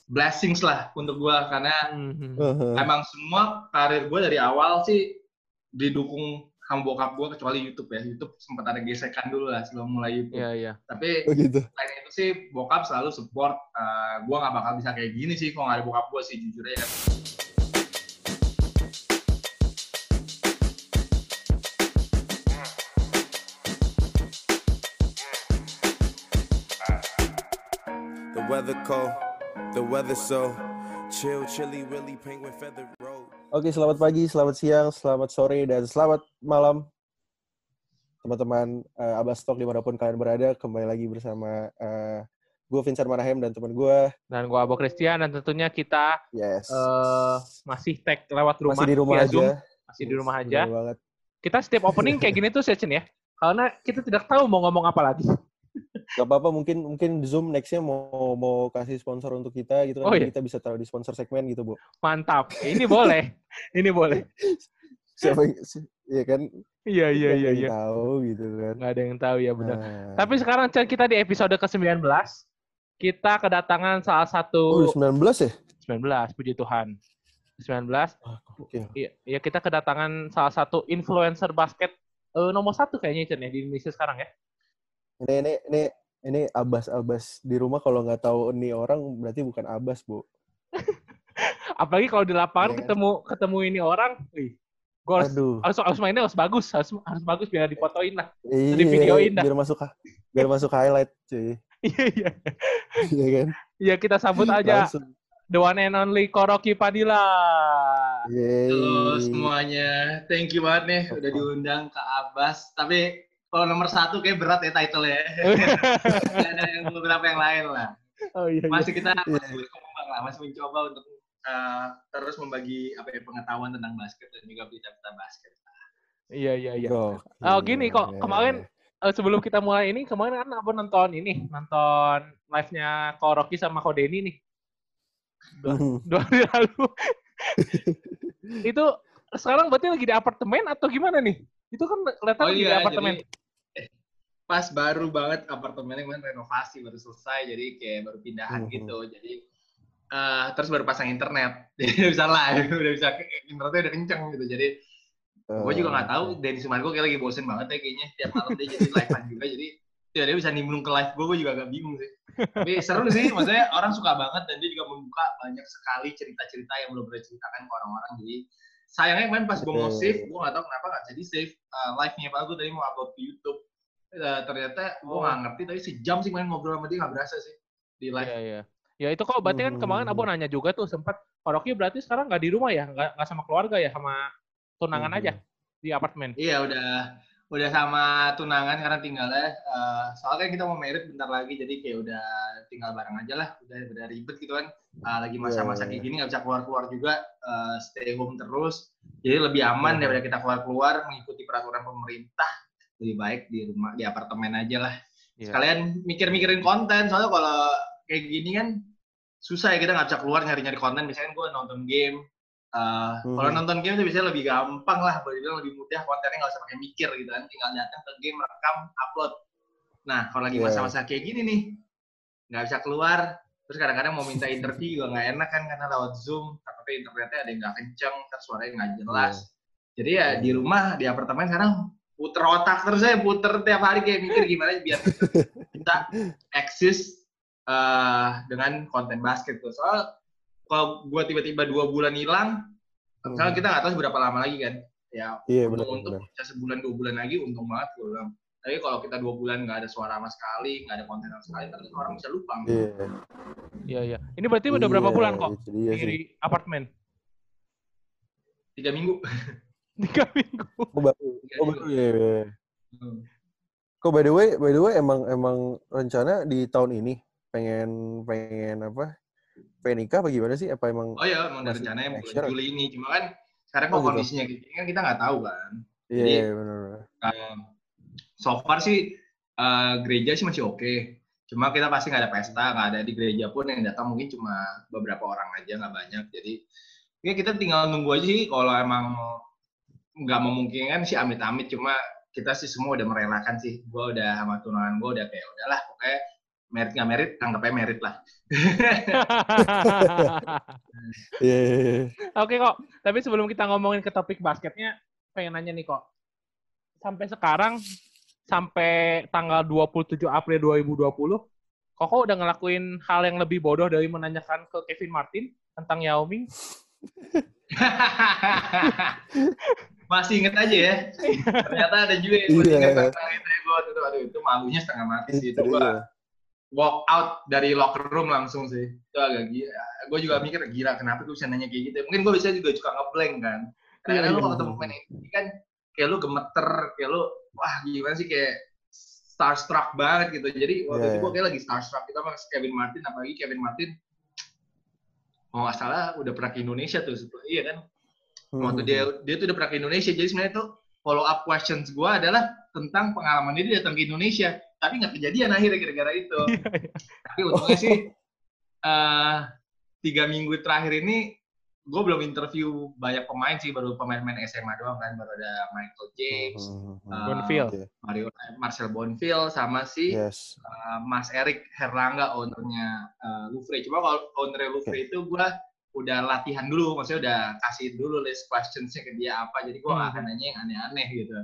blessings lah untuk gue karena emang semua karir gue dari awal sih didukung sama bokap gue kecuali YouTube ya. YouTube sempat ada gesekan dulu lah sebelum mulai YouTube. Iya. Tapi selain itu sih bokap selalu support. Gue nggak bakal bisa kayak gini sih kalau nggak ada bokap gue sih jujur aja. The weather cold, the weather so chill, chilly, really penguin feather road. Oke, selamat pagi, selamat siang, selamat sore, dan selamat malam teman-teman Abbas Talk dimanapun kalian berada. Kembali lagi bersama gue Vincent Manahem dan teman gue. Dan gue Abo Christian, dan tentunya kita masih tag lewat rumah. Masih di rumah aja. Zoom. Masih di rumah aja. Kita setiap opening kayak gini tuh session ya. Karena kita tidak tahu mau ngomong apa lagi. Gak apa-apa, mungkin Zoom next-nya mau kasih sponsor untuk kita gitu kan. Kita bisa taruh di sponsor segmen gitu, Bu. Mantap. Ini boleh. Ini boleh. Siapa ya kan? Iya. Nggak ada yang tahu gitu kan. Nggak ada yang tahu ya benar. Tapi sekarang kita di episode ke-19. Kita kedatangan salah satu 19 ya? 19, puji Tuhan. 19. Okay. Iya, kita kedatangan salah satu influencer basket nomor 1 kayaknya Chen ya di Indonesia sekarang ya. Ini Abbas di rumah kalau nggak tahu ini orang berarti bukan Abbas, Bu. Apalagi kalau di lapangan ketemu ini orang, gue harus mainnya harus bagus biar difotoin lah, di videoin dah. Biar masuk highlight, cuy. Iya. Iya kan? Iya, kita sambut aja langsung. The one and only Koroki Padilla. Halo semuanya, thank you banget nih udah diundang ke Abbas. Tapi kalau nomor 1 kayak berat ya title-nya. Ada yang beberapa yang lain lah. Oh, iya. Masih kita berkembang lah, masih mencoba untuk terus membagi pengetahuan tentang basket dan juga berita-berita basket. Iya. Gini kok, kemarin sebelum kita mulai ini, kemarin kan aku nonton live-nya Ko Rocky sama Ko Denny nih. 2 hari lalu. Itu sekarang berarti lagi di apartemen atau gimana nih? Itu kan kelihatan lagi di apartemen. Jadi, pas baru banget apartemennya kemarin renovasi, baru selesai, jadi kayak baru pindahan gitu. Jadi terus baru pasang internet, jadi udah bisa live, udah bisa internetnya udah kenceng gitu. Jadi gue juga nggak tahu, Denny Sumargo kayak lagi bosen banget ya kayaknya tiap malam dia jadi live-an juga. Jadi ya dia bisa nimbrung ke live gue juga agak bingung sih. Tapi seru sih, maksudnya orang suka banget dan dia juga membuka banyak sekali cerita-cerita yang belum pernah ceritakan ke orang-orang. Jadi sayangnya kemarin pas gue mau save, gue nggak tahu kenapa nggak jadi save live-nya. Pak gue tadi mau upload ke YouTube, ternyata gue nggak ngerti. Tapi sejam sih kemarin ngobrol sama dia, nggak berasa sih di live. Iya. Ya itu kok berarti kan kemarin Abo nanya juga tuh sempat Koroki berarti sekarang nggak di rumah ya, nggak sama keluarga ya, sama tunangan aja di apartemen. Iya udah sama tunangan karena tinggalnya soalnya kan kita mau married bentar lagi, jadi kayak udah tinggal bareng aja lah, udah ribet gitu kan. Lagi masa-masa kayak gini nggak bisa keluar juga, stay home terus, jadi lebih aman daripada kita keluar mengikuti peraturan pemerintah. Lebih baik di rumah, di apartemen aja lah. Sekalian mikirin konten, soalnya kalau kayak gini kan susah ya, kita nggak bisa keluar nyari konten. Misalnya gue nonton game, kalau nonton game itu biasanya lebih gampang lah, lebih mudah, kontennya nggak usah pakai mikir gitu kan, tinggal datang ke game, rekam, upload. Nah kalau lagi masa-masa kayak gini nih, nggak bisa keluar, terus kadang-kadang mau minta interview juga nggak enak kan, karena lewat Zoom, takutnya internetnya ada yang nggak kenceng, terus suaranya nggak jelas. Jadi ya di rumah, di apartemen sekarang puter otak terus, saya puter tiap hari kayak mikir gimana biar kita eksis dengan konten basket tuh. Soal kalau gue tiba-tiba 2 bulan hilang, misalnya kita nggak tahu berapa lama lagi kan, ya untung bisa sebulan 2 bulan lagi untung banget gue bilang. Tapi kalau kita 2 bulan nggak ada suara sama sekali, nggak ada konten sama sekali, terus orang bisa lupa. Iya. Ini berarti udah berapa bulan kok di apartemen? 3 minggu. 3 minggu. Baru ya. Kok by the way emang rencana di tahun ini pengen apa? Pengen nikah apa gimana sih? Apa emang? Oh iya, emang rencananya bulan Juli ini. Cuma kan sekarang kok kondisinya gitu kan kita nggak tahu kan. Iya, benar. So far sih gereja sih masih oke. Cuma kita pasti nggak ada pesta, nggak ada di gereja pun yang datang mungkin cuma beberapa orang aja, nggak banyak. Jadi ya kita tinggal nunggu aja sih. Kalau emang nggak memungkinkan sih amit-amit. Cuma kita sih semua udah merelakan sih. Gue udah sama tunangan gue udah kayak udahlah, pokoknya merit nggak merit, anggapnya merit lah. Oke kok, tapi sebelum kita ngomongin ke topik basketnya, pengen nanya nih kok. Sampai sekarang, sampai tanggal 27 April 2020, Koko udah ngelakuin hal yang lebih bodoh dari menanyakan ke Kevin Martin tentang Yao Ming? Masih inget aja ya. Ternyata ada juga yang gue inget tentang itu. Aduh, itu malunya setengah mati sih. Itu gue walk out dari locker room langsung sih. Itu agak gila. Gue juga mikir, gila kenapa gue bisa nanya kayak gitu. Mungkin gue bisa juga suka ngeblank kan. Karena lu kalau ketemu pemain ini kan kayak lu gemeter, kayak lu, wah gimana sih, kayak starstruck banget gitu. Jadi waktu itu gue kayak lagi starstruck kita sama Kevin Martin, apalagi Kevin Martin kalau nggak salah udah pernah ke Indonesia tuh, iya kan? Waktu dia tuh udah pernah ke Indonesia, jadi sebenarnya tuh follow up questions gue adalah tentang pengalaman dia datang ke Indonesia, tapi nggak kejadian akhirnya gara-gara itu. Tapi untungnya sih 3 minggu terakhir ini gue belum interview banyak pemain sih, baru pemain-pemain SMA doang kan, baru ada Michael James, Marcel Bonfil, sama si Mas Erik Herlangga, ownernya Louvre. Cuma kalau owner Louvre itu gue udah latihan dulu, maksudnya udah kasih dulu list questions-nya ke dia apa, jadi gue gak akan nanya yang aneh-aneh gitu.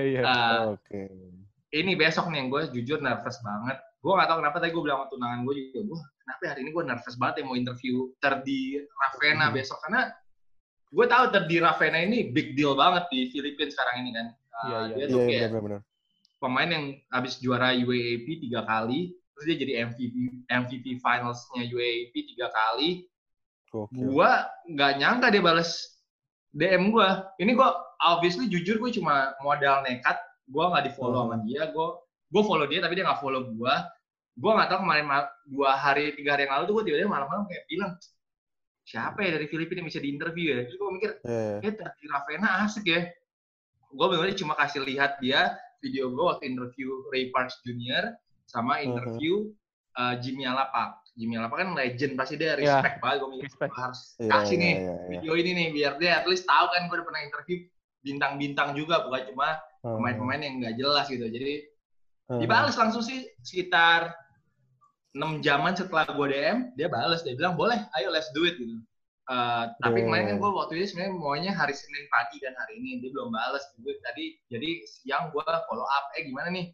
Ini besok nih yang gue jujur nervous banget. Gue gak tahu kenapa, tadi gue bilang sama tunangan gue juga, kenapa hari ini gue nervous banget ya mau interview Terdi Ravenna besok, karena gue tahu Terdi Ravenna ini big deal banget di Filipina sekarang ini kan. Dia tuh kayak pemain yang habis juara UAAP 3 kali, terus dia jadi MVP finals-nya UAAP 3 kali. Gue nggak nyangka dia balas DM gue. Ini gue obviously jujur gue cuma modal nekat, gue nggak di follow sama dia, gue follow dia tapi dia nggak follow gue. Gue nggak tahu kemarin 3 hari yang lalu tuh gue tiba-tiba malam-malam kayak bilang, siapa ya dari Filipina yang bisa diinterview ya? Terus gue mikir, Terdi Ravenna asik ya. Gue bener-bener cuma kasih lihat dia video gue waktu interview Ray Parks Jr. sama interview Jimmy Alapa. Jimmy Alapa kan legend, pasti dia respect banget. Gue mikir, harus kasih nih video ini nih, biar dia at least tahu kan gue udah pernah interview bintang-bintang juga, bukan cuma pemain-pemain yang nggak jelas gitu. Jadi dibalas langsung sih sekitar 6 jaman setelah gue DM, dia balas, dia bilang boleh, ayo let's do it gitu. Tapi kemarin kan gue waktu itu sebenarnya maunya hari Senin pagi kan, hari ini dia belum balas gue tadi, jadi siang gue follow up, gimana nih,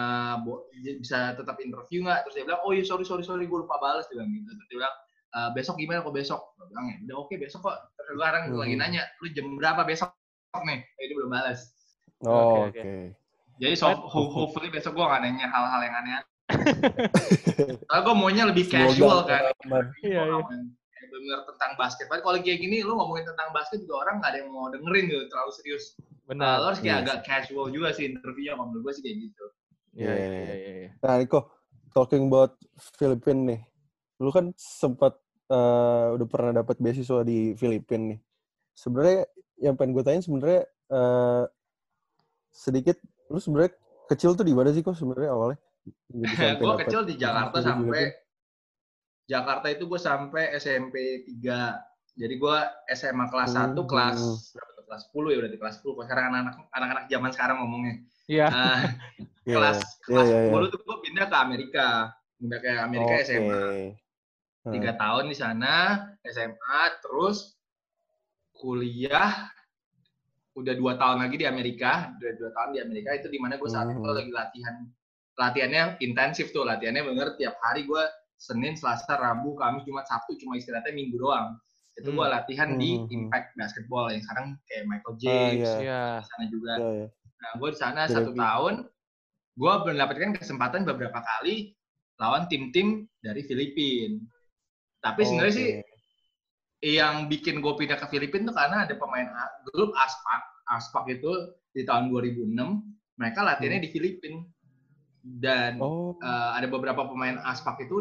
bisa tetap interview nggak? Terus dia bilang, oh iya sorry gue lupa balas, dia bilang gitu. Terus dia bilang, besok gimana kok besok? Gue bilang, ya udah oke besok kok. Terus sekarang lagi nanya, lu jam berapa besok nih? Dia belum balas. Oke. Jadi hopefully besok gue nggak nanya hal-hal yang aneh. Karena gue maunya lebih casual kan. Bener tentang basket. Kalau kayak gini, lu ngomongin tentang basket juga orang nggak ada yang mau dengerin gitu, terlalu serius. Benar. Lo harus kayak agak casual juga sih interviewnya, menurut gue sih kayak gitu. Iya. Nah, Niko, talking about Filipina nih, lu kan sempat udah pernah dapat beasiswa di Filipina nih. Sebenarnya yang pengen gue tanya sebenarnya sedikit, lu sebenarnya kecil tuh di mana sih kok sebenarnya awalnya? Gue kecil di Jakarta sampai Jakarta itu gue sampai SMP 3. Jadi gue SMA kelas 1 kelas berapa tuh? Kelas 10 ya, berarti kelas 10. Sekarang anak-anak zaman sekarang ngomongnya. Kelas 10 tuh gue pindah ke Amerika. Pindah ke Amerika SMA. 3 tahun di sana SMA, terus kuliah udah 2 tahun lagi di Amerika. Udah 2 tahun di Amerika, itu dimana gue saat itu lagi latihannya intensif tuh. Latihannya bener tiap hari gue Senin, Selasa, Rabu, Kamis, Jumat, Sabtu, cuma istirahatnya Minggu doang. Itu gue latihan di Impact Basketball yang sekarang kayak Michael James, di sana juga. Nah, gue di sana 1 tahun, gue mendapatkan kesempatan beberapa kali lawan tim-tim dari Filipina. Tapi sebenarnya sih yang bikin gue pindah ke Filipina tuh karena ada pemain grup Aspak itu di tahun 2006, mereka latihannya di Filipina. Dan ada beberapa pemain Aspak itu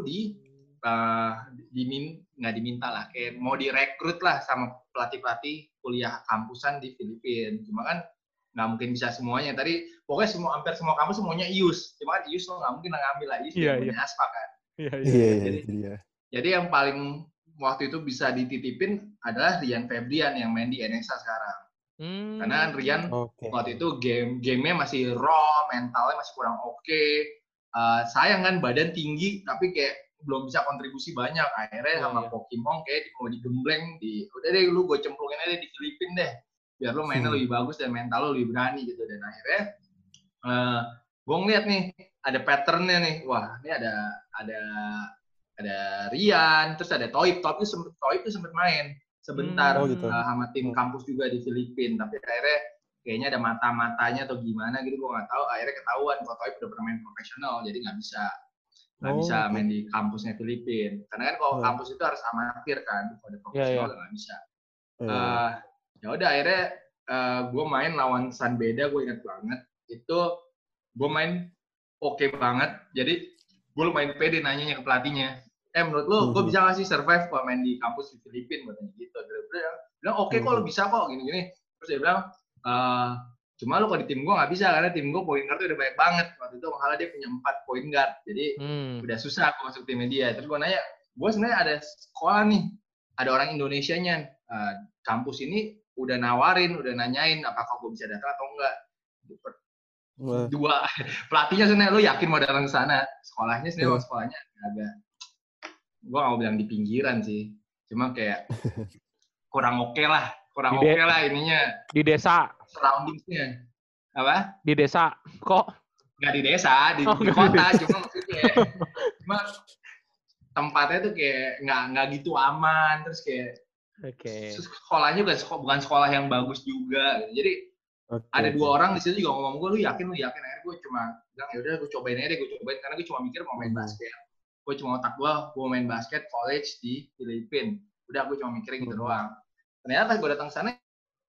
nggak diminta lah, kayak mau direkrut lah sama pelatih kuliah kampusan di Filipina. Cuma kan nggak mungkin bisa semuanya. Tadi pokoknya hampir semua kampus semuanya IUS. Cuma kan IUS lo nggak mungkin ngambil lah, IUS punya Aspak kan. Jadi yang paling waktu itu bisa dititipin adalah Rian Febrian yang main di NSA sekarang. Karena Rian waktu itu gamenya masih raw, mentalnya masih kurang oke. sayang kan badan tinggi tapi kayak belum bisa kontribusi banyak. Akhirnya sama Pokemon kayak mau digembleng udah deh lu gue cemplungin aja di Filipina deh biar lu mainnya lebih bagus dan mental lu lebih berani gitu. Dan akhirnya gue ngeliat nih ada patternnya nih, wah ini ada Rian, terus ada Toib itu sempet main sebentar gitu. sama tim kampus juga di Filipina, tapi akhirnya kayaknya ada mata-matanya atau gimana gitu gue nggak tahu. Akhirnya ketahuan kalau Toib udah pernah main profesional, jadi nggak bisa main di kampusnya Filipina. Karena kan kalau kampus itu harus amatir kan, kalau ada profesional nggak bisa. Ya udah akhirnya gue main lawan San Beda, gue ingat banget itu gue main oke banget. Jadi gue lumayan pede nanyanya ke pelatihnya, menurut lo gue bisa nggak sih survive kalau main di kampus di Filipina, katanya gitu. Dia bilang oke kok lo bisa kok gini-gini. Terus dia bilang cuma lo kalau di tim gue nggak bisa karena tim gue point guard udah banyak banget. Waktu itu malah dia punya 4 point guard, jadi udah susah aku masuk timnya dia. Terus gue nanya, gue sebenarnya ada sekolah nih, ada orang Indonesianya, kampus ini udah nanyain apakah gue bisa datang atau enggak. Dua pelatihnya sebenarnya, lo yakin mau datang ke sana? Sekolahnya sebenarnya sekolahnya agak, gue nggak mau bilang di pinggiran sih, cuma kayak kurang oke lah ininya. Di desa. Surroundingsnya apa? Di desa kok? Nggak di desa, di kota. Cuma maksudnya, tempatnya tuh kayak nggak gitu aman. Terus kayak sekolahnya bukan sekolah yang bagus juga. Jadi ada 2 orang di situ juga ngomong gue, lu yakin? Akhirnya gue cuma bilang ya udah gue cobain aja deh, karena gue cuma mikir mau main basket. Gue cuma otak gue main basket college di Filipina. Udah gue cuma mikirin gitu doang. Ternyata gue datang sana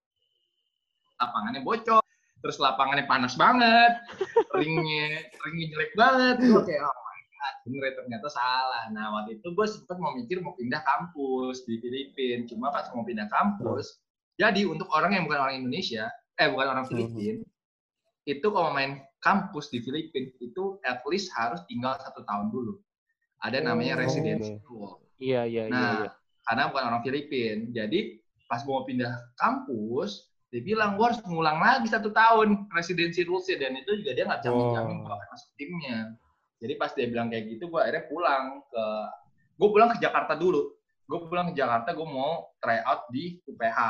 lapangannya bocor, terus lapangannya panas banget, ringnya jelek banget. Gue kayak oh my god, bener ternyata salah. Nah waktu itu gue sempat mau mikir mau pindah kampus di Filipina, cuma pas mau pindah kampus, jadi untuk orang yang bukan orang Indonesia, bukan orang Filipina, itu kalau main kampus di Filipina itu at least harus tinggal 1 tahun dulu. Ada namanya residency school. Iya. Karena bukan orang Filipina, jadi pas gue mau pindah kampus, dia bilang gue harus ngulang lagi 1 tahun residency rules-nya, dan itu juga dia nggak bisa menjamin kalau masuk timnya. Jadi pas dia bilang kayak gitu, gue akhirnya pulang ke Jakarta dulu. Gue pulang ke Jakarta, gue mau try out di UPH.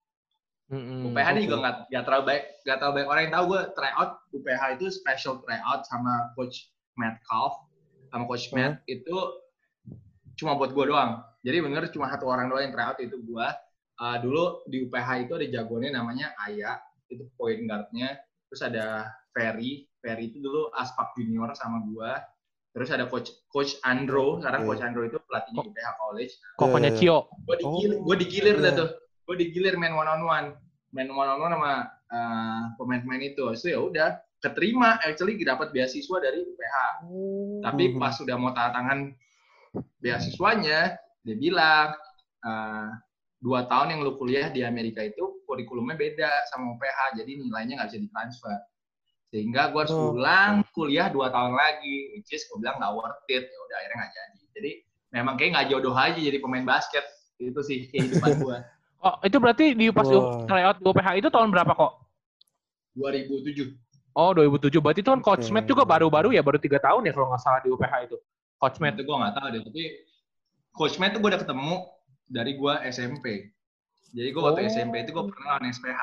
UPH ini juga nggak terlalu banyak orang yang tahu. Gue try out UPH itu special try out sama Coach Matt Kalf, sama Coach Matt itu cuma buat gue doang. Jadi bener cuma 1 orang doang yang try out, itu gue. Dulu di UPH itu ada jagoannya namanya Aya, itu point guard-nya. Terus ada Ferry itu dulu Aspak Junior sama gua. Terus ada Coach Andro, sekarang Coach Andro itu pelatihnya UPH College. Kokonya Cio. Gue digilir dah tuh. Gue digilir main one on one sama pemain-pemain itu. So ya udah keterima, actually dapat beasiswa dari UPH. Tapi pas sudah mau tanda tangan beasiswanya, dia bilang 2 tahun yang lu kuliah di Amerika itu kurikulumnya beda sama UPH, jadi nilainya nggak bisa ditransfer. Sehingga gue harus ulang kuliah 2 tahun lagi, which is gue bilang nggak worth it. Ya udah akhirnya nggak jadi. Jadi memang kayak nggak jodoh aja jadi pemain basket. Itu sih kehidupan gue. Oh itu berarti di pas tryout di UPH itu tahun berapa kok? 2007. Oh 2007, berarti itu kan Coach Matt juga baru-baru ya, baru 3 tahun ya kalau nggak salah di UPH itu. Coach Matt itu gue nggak tahu deh, tapi Coach Matt itu gue udah ketemu dari gue SMP. Jadi gue waktu SMP itu gue pernah lawan SPH.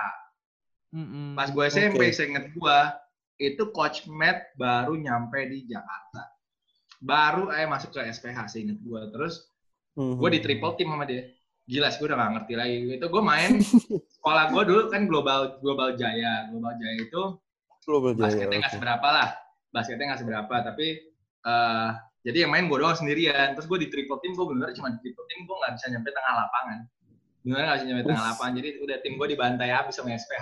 Pas gue SMP, seinget gue, itu Coach Matt baru nyampe di Jakarta. Baru masuk ke SPH, seinget gue. Terus gue di triple team sama dia. Gila sih, gue udah gak ngerti lagi. Itu gue main, sekolah gue dulu kan Global Jaya. Global Jaya itu basketnya gak seberapa lah. Basketnya gak seberapa, tapi jadi yang main gue doang sendirian. Terus gue di triple team, gue bener cuma di triple team, gue gak bisa nyampe tengah lapangan. Bener gak bisa nyampe tengah lapangan. Jadi udah tim gue dibantai habis sama SPH.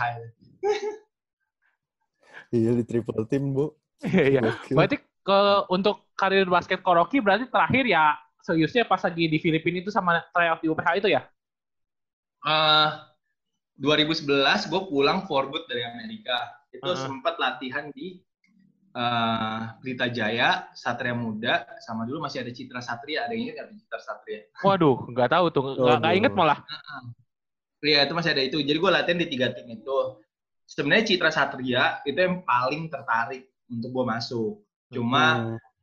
Iya, di triple team, Bu. Iya. Berarti untuk karir basket Koroki berarti terakhir ya seriusnya pas lagi di Filipina itu sama tryout di UPH itu ya? 2011 gue pulang for good dari Amerika. Itu sempat latihan di Pelita Jaya, Satria Muda, sama dulu masih ada Citra Satria. Ada yang ingat nggak Citra Satria? Waduh, nggak tahu tuh, nggak inget malah. Iya, itu masih ada itu. Jadi gue latihan di 3 tim itu. Sebenarnya Citra Satria itu yang paling tertarik untuk gue masuk. Cuma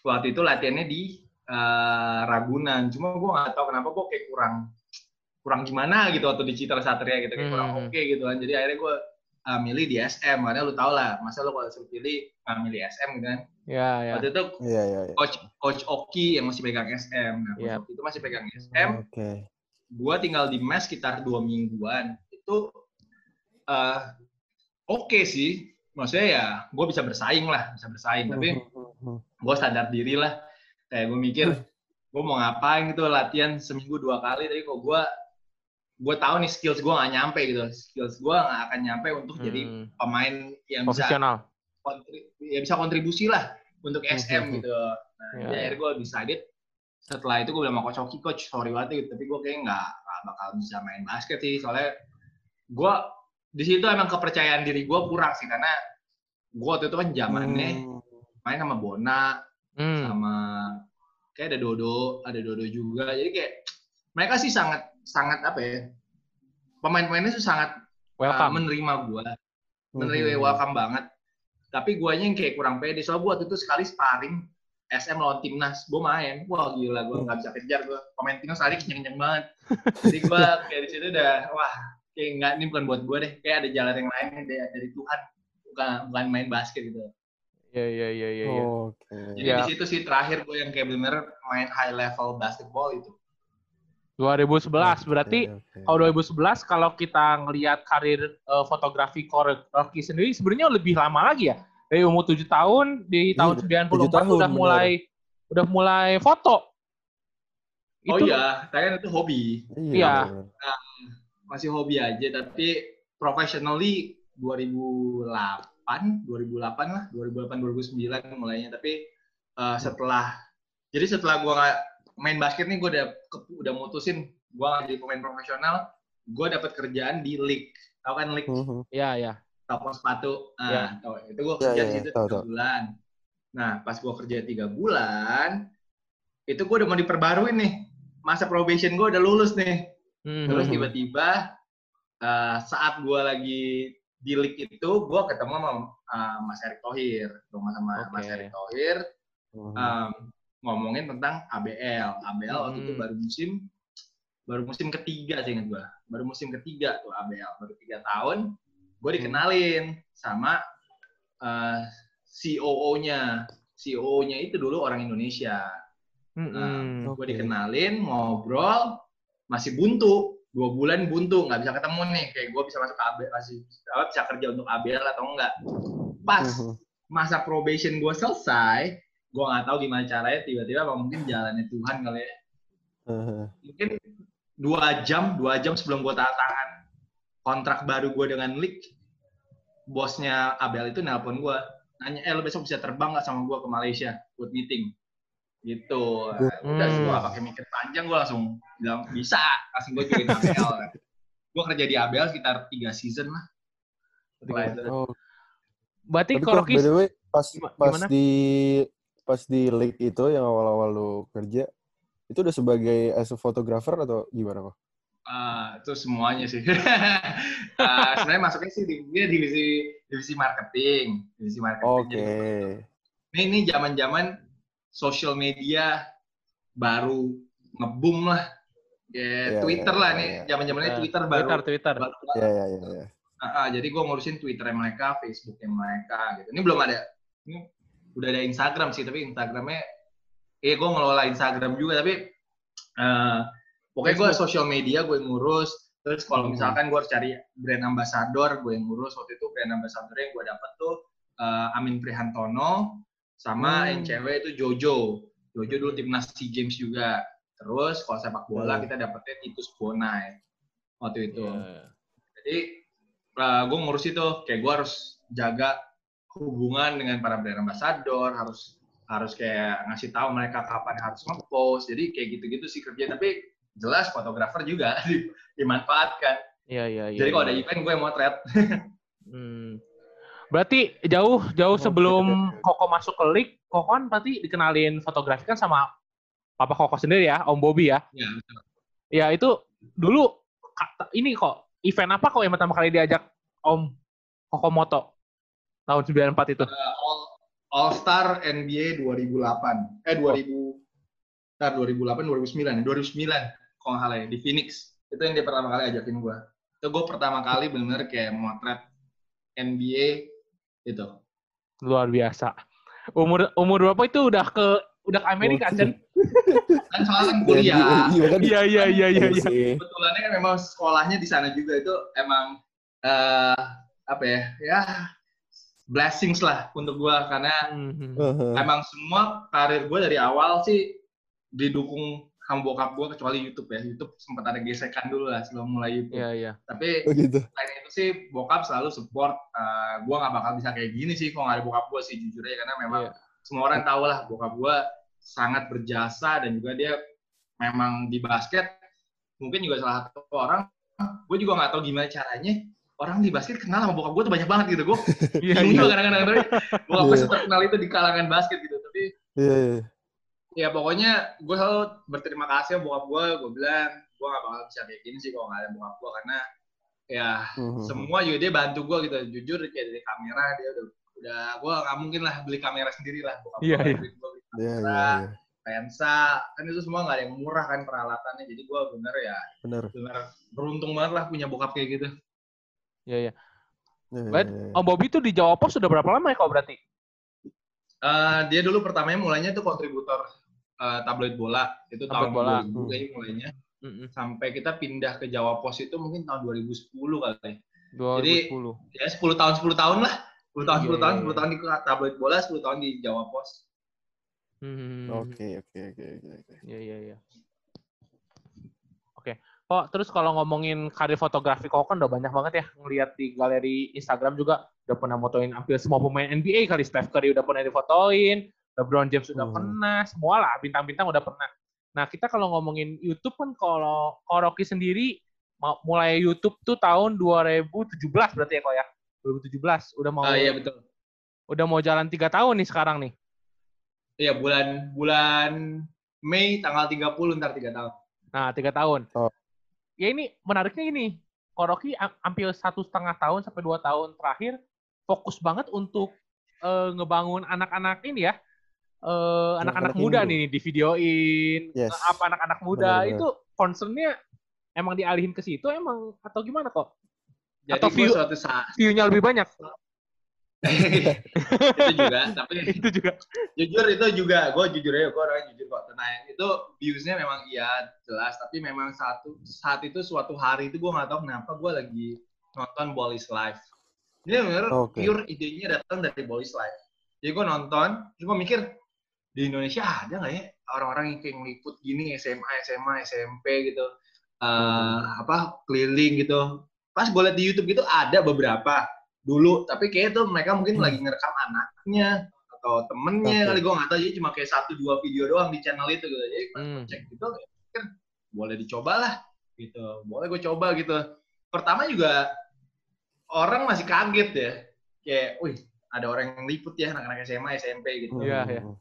waktu itu latihannya di Ragunan. Cuma gue nggak tahu kenapa gue kayak kurang gimana gitu waktu di Citra Satria gitu, kayak kurang oke gitu kan. Jadi akhirnya gue milih di SM, karena lu tau lah, masa lu kalau suruh pilih nggak milih SM gitu kan. Waktu itu Coach Oki yang masih pegang SM. Nah, Coach Oki itu masih pegang SM. Gue tinggal di mes sekitar 2 mingguan. Itu oke sih. Maksudnya ya gue bisa bersaing. Tapi gue sadar diri lah. Kayak gue mikir, gue mau ngapain gitu, latihan seminggu 2 kali. Tapi kok gue tahu nih skills gue nggak nyampe gitu. Skills gue nggak akan nyampe untuk jadi pemain yang profesional. Bisa kontribusi lah untuk SM gitu. Nah, jadi akhirnya gue decided, setelah itu gue bilang sama Coach Oki, Coach sorry banget gitu, tapi gue kayaknya nggak bakal bisa main basket sih, soalnya gue di situ emang kepercayaan diri gue kurang sih, karena gue waktu itu kan zamannya main sama Bona, sama kayak ada Dodo juga, jadi kayak mereka sih sangat apa ya, pemain-pemainnya tuh sangat menerima gue, welcome banget. Tapi guanya yang kayak kurang pede, soalnya gue waktu itu sekali sparring SM lawan timnas, gue main, wah gila, gue nggak bisa kejar, gue pemain timnas lari kenceng-kenceng banget. Jadi gue kayak di situ udah, wah kayak nggak, ini bukan buat gue deh, kayak ada jalan yang lain dari Tuhan, bukan main basket gitu. Iya. Jadi di situ sih terakhir gue yang kayak bener main high level basketball itu. 2011 berarti kalau 2011 kalau kita ngelihat karir fotografi Rocky sendiri sebenarnya lebih lama lagi ya, dari umur 7 tahun di tahun 94 udah mulai foto. Oh iya, kan itu hobi. Iya. Masih hobi aja, tapi professionally 2008 lah, 2008 2009 mulainya. Tapi setelah gue nggak main basket nih, gue udah mutusin gue nggak jadi pemain profesional. Gue dapat kerjaan di league, tau kan league? Iya. Toko sepatu. Nah, itu gue kerja di situ 3 bulan. Nah, pas gue kerja 3 bulan, itu gue udah mau diperbaruin nih. Masa probation gue udah lulus nih. Terus tiba-tiba saat gue lagi di league itu, gue ketemu sama Mas Erick Thohir. Mas Erick Thohir ngomongin tentang ABL. ABL waktu itu baru musim ketiga sih, ingat gue. Baru musim ketiga tuh ABL. Baru 3 tahun. Gue dikenalin sama COO-nya. COO-nya itu dulu orang Indonesia. Gue dikenalin, ngobrol, masih buntu. 2 bulan buntu, nggak bisa ketemu nih. Kayak gue bisa masuk ABL, bisa kerja untuk ABL atau enggak. Pas masa probation gue selesai, gue nggak tahu gimana caranya, tiba-tiba mungkin jalannya Tuhan kali ya. Mungkin 2 jam sebelum gue tanda tangan kontrak baru gue dengan League, bosnya ABL itu nelpon gue, nanya, lo besok bisa terbang nggak sama gue ke Malaysia buat meeting? Gitu. Udah sih, gue gak pakai mikir panjang, gue langsung bilang bisa, langsung gue join ABL. Gue kerja di ABL sekitar 3 season lah. Berarti kalau by the way, pas di League itu yang awal-awal lu kerja, itu udah sebagai as a photographer atau gimana kok? Itu semuanya sih. Sebenarnya masuknya sih dia divisi marketing. Ini zaman-zaman social media baru nge-boom lah. Twitter lah nih, zaman-zamannya Twitter baru. Iya. Jadi gue ngurusin Twitternya mereka, Facebooknya mereka gitu. Ini belum ada. Ini udah ada Instagram sih, tapi Instagramnya gue ngelola Instagram juga, tapi pokoknya gue social media gue ngurus. Terus kalau misalkan gue harus cari brand ambassador, gue yang ngurus. Waktu itu brand ambassador yang gue dapet tuh Amin Prihantono sama yang cewek itu Jojo dulu timnas SEA Games juga. Terus kalau sepak bola kita dapetnya Titus Bonai waktu itu. Jadi gue ngurus itu, kayak gue harus jaga hubungan dengan para brand ambassador, harus kayak ngasih tahu mereka kapan harus nge-post. Jadi kayak gitu-gitu sih kerja, tapi jelas fotografer juga dimanfaatkan. Iya. Jadi kalau ada event gue motret. Berarti jauh sebelum Koko masuk ke League, Koko kan pasti dikenalin fotografi kan sama Papa Koko sendiri ya, Om Bobby ya. Iya, betul. Ya itu dulu ini kok event apa kok yang pertama kali diajak Om Koko moto tahun 94 itu? All Star NBA 2008. 2009 kalau nggak salah ya, di Phoenix. Itu yang dia pertama kali ajakin gue. Itu gue pertama kali benar-benar kayak motret NBA itu. Luar biasa. Umur berapa itu udah ke Amerika, Cen? Kan soalnya kan kuliah. Iya. Kebetulannya kan memang sekolahnya di sana juga, itu emang blessings lah untuk gue, karena emang semua karir gue dari awal sih didukung sama bokap gue, kecuali YouTube ya. YouTube sempat ada gesekan dulu lah sebelum mulai YouTube. Iya. Tapi selain itu sih bokap selalu support. Gue nggak bakal bisa kayak gini sih kalau nggak ada bokap gue sih, jujur aja, karena memang semua orang tahu lah bokap gue sangat berjasa, dan juga dia memang di basket mungkin juga salah satu orang, gue juga nggak tahu gimana caranya orang di basket kenal sama bokap gue tuh banyak banget gitu. Gue bingung juga kadang-kadang bokap gue terkenal itu di kalangan basket gitu. Tapi ya pokoknya gue selalu berterima kasih sama bokap gue bilang gue gak bakal bisa kayak gini sih kalau gak ada bokap gue, karena ya semua juga dia bantu gue gitu. Jujur kayak dari kamera dia udah gue gak mungkin lah beli kamera sendiri lah, bokap gue beli kamera, lensa, kan itu semua gak ada yang murah kan peralatannya. Jadi gue bener beruntung banget lah punya bokap kayak gitu. Iya. Om Bobby tuh di Jawa Post sudah berapa lama ya kok berarti? Dia dulu pertamanya mulainya tuh kontributor tabloid bola, itu tahun 2000 kayaknya mulainya. Sampai kita pindah ke Jawa Post itu mungkin tahun 2010 kali. 2010. Jadi ya 10 tahun lah. 10 tahun di tabloid bola, 10 tahun di Jawa Post. Oke. Iya. Oke. Oh, terus kalau ngomongin karir fotografi kok kan udah banyak banget ya, ngelihat di galeri Instagram juga udah pernah motoin hampir semua pemain NBA kali. Steph Curry udah pernah difotoin, LeBron James udah pernah, semua lah bintang-bintang udah pernah. Nah, kita kalau ngomongin YouTube kan, kalau Rocky sendiri mulai YouTube tuh tahun 2017 berarti ya kok ya? 2017 udah mau. Iya betul. Udah mau jalan 3 tahun nih sekarang nih. Iya, bulan Mei tanggal 30 ntar 3 tahun. Nah, 3 tahun. Ya ini menariknya ini, Rocky hampir 1,5 tahun sampai 2 tahun terakhir fokus banget untuk ngebangun anak-anak ini ya, anak-anak muda nih di videoin, apa anak-anak muda. Bener. Itu concernnya emang dialihin ke situ emang atau gimana kok? Jadi atau view-nya lebih banyak? Itu juga, tapi itu juga gue jujur aja, gue orangnya jujur kok. Tenang, itu views-nya memang iya jelas, tapi memang suatu hari itu gue nggak tahu kenapa gue lagi nonton Ball is Life. Ini bener pure idenya datang dari Ball is Life. Jadi gue nonton, terus gue mikir di Indonesia ada nggak ya orang-orang yang kayak ngeliput gini SMA, SMP gitu, keliling gitu. Pas gue liat di YouTube gitu ada beberapa dulu, tapi kayak itu mereka mungkin lagi ngerekam anaknya atau temennya kali, gue nggak tahu. Jadi cuma kayak 1-2 video doang di channel itu gitu. Jadi cek gitu, kan boleh dicoba lah gitu, boleh gue coba gitu. Pertama juga orang masih kaget ya, kayak, wih ada orang yang liput ya anak-anak SMA, SMP gitu.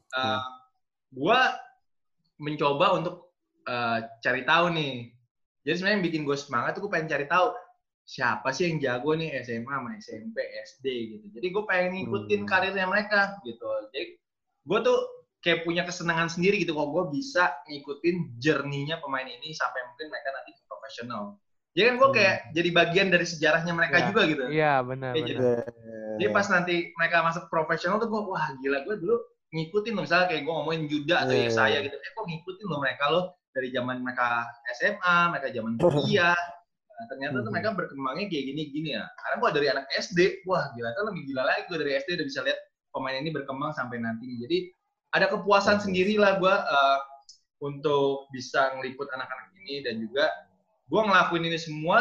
Gue mencoba untuk cari tahu nih. Jadi sebenarnya yang bikin gue semangat tuh gue pengen cari tahu siapa sih yang jago nih SMA sama SMP, SD gitu. Jadi gue pengen ngikutin karirnya mereka gitu. Jadi gue tuh kayak punya kesenangan sendiri gitu kalau gue bisa ngikutin journey-nya pemain ini sampai mungkin mereka nanti profesional. Jadi kan gue kayak jadi bagian dari sejarahnya mereka juga gitu. Iya, benar. Jadi pas nanti mereka masuk profesional tuh gue, wah gila, gue dulu ngikutin loh. Misalnya kayak gue ngomongin Yuda atau Yesaya gitu. Gue ngikutin loh mereka loh dari zaman mereka SMA, mereka zaman kuliah. Nah, ternyata tuh mereka berkembangnya kayak gini ya. Karena gue dari anak SD, wah gila kan lebih gila lagi gue dari SD udah bisa lihat pemain ini berkembang sampai nanti. Jadi ada kepuasan sendiri lah gue untuk bisa ngeliput anak-anak ini, dan juga gue ngelakuin ini semua